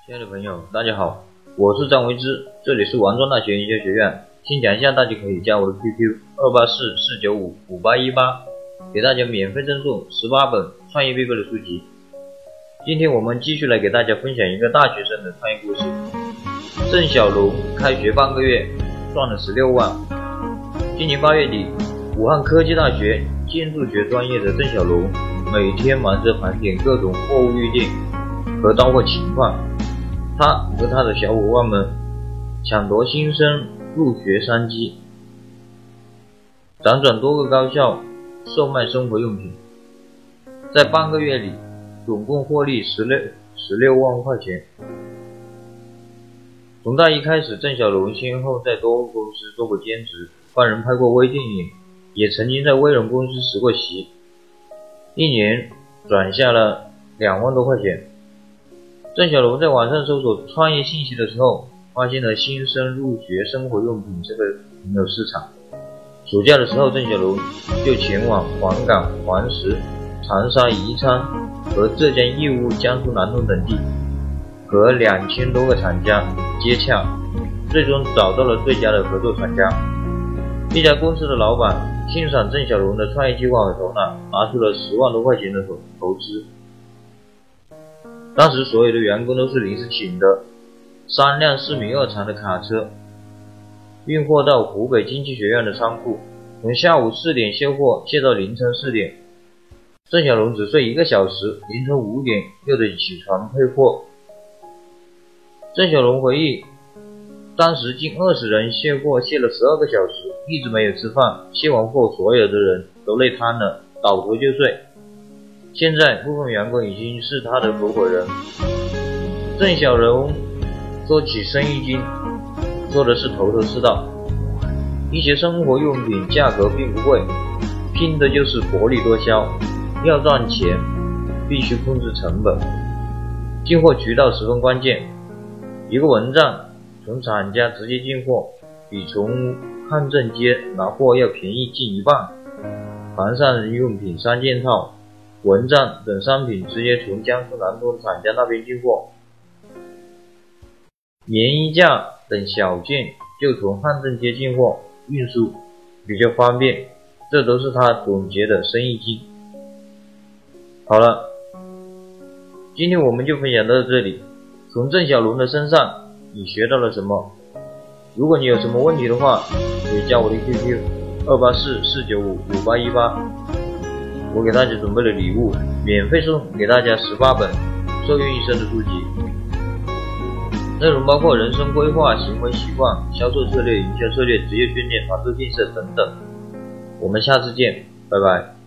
亲爱的朋友，大家好，我是张维之，这里是王庄大学营销学院。先讲一下，大家可以加我的 QQ 284-495-5818，给大家免费赠送18本创业必备的书籍。今天我们继续来给大家分享一个大学生的创业故事。郑小龙开学半个月赚了16万。今年8月底，武汉科技大学建筑学专业的郑小龙每天忙着盘点各种货物预订和到货情况。他和他的小伙伴们抢夺新生入学商机，辗转多个高校售卖生活用品，在半个月里总共获利16万块钱。从大一开始，郑小龙先后在多个公司做过兼职，帮人拍过微电影，也曾经在微软公司实过习，一年赚下了2万多块钱。郑小龙在网上搜索创业信息的时候，发现了新生入学生活用品这个很有市场。暑假的时候，郑小龙就前往黄冈、黄石、长沙、宜昌和浙江义乌、江苏南通等地，和2000多个厂家接洽，最终找到了最佳的合作厂家。一家公司的老板欣赏郑小龙的创业计划和头脑，拿出了10万多块钱的投资。当时所有的员工都是临时请的，3辆4.2米长的卡车运货到湖北经济学院的仓库，从下午4点卸货，卸到凌晨4点。郑小龙只睡1个小时，凌晨5点又得起床配货。郑小龙回忆，当时近20人卸货，卸了12个小时，一直没有吃饭，卸完货所有的人都累瘫了，倒头就睡。现在部分员工已经是他的合伙人。郑小龙说起生意经，说的是头头是道。一些生活用品价格并不贵，拼的就是薄利多销。要赚钱，必须控制成本。进货渠道十分关键，一个蚊帐从厂家直接进货，比从汉正街拿货要便宜近1半。防晒用品3件套、蚊帐等商品直接从江苏南通厂家那边进货，棉衣架等小件就从汉正街进货，运输比较方便。这都是他总结的生意经。好了，今天我们就分享到这里。从郑小龙的身上你学到了什么？如果你有什么问题的话，可以加我的 QQ 284-495-5818，我给大家准备了礼物，免费送给大家18本受用一生的书籍，内容包括人生规划、行为习惯、销售策略、营销策略、职业训练、团队建设等等。我们下次见，拜拜。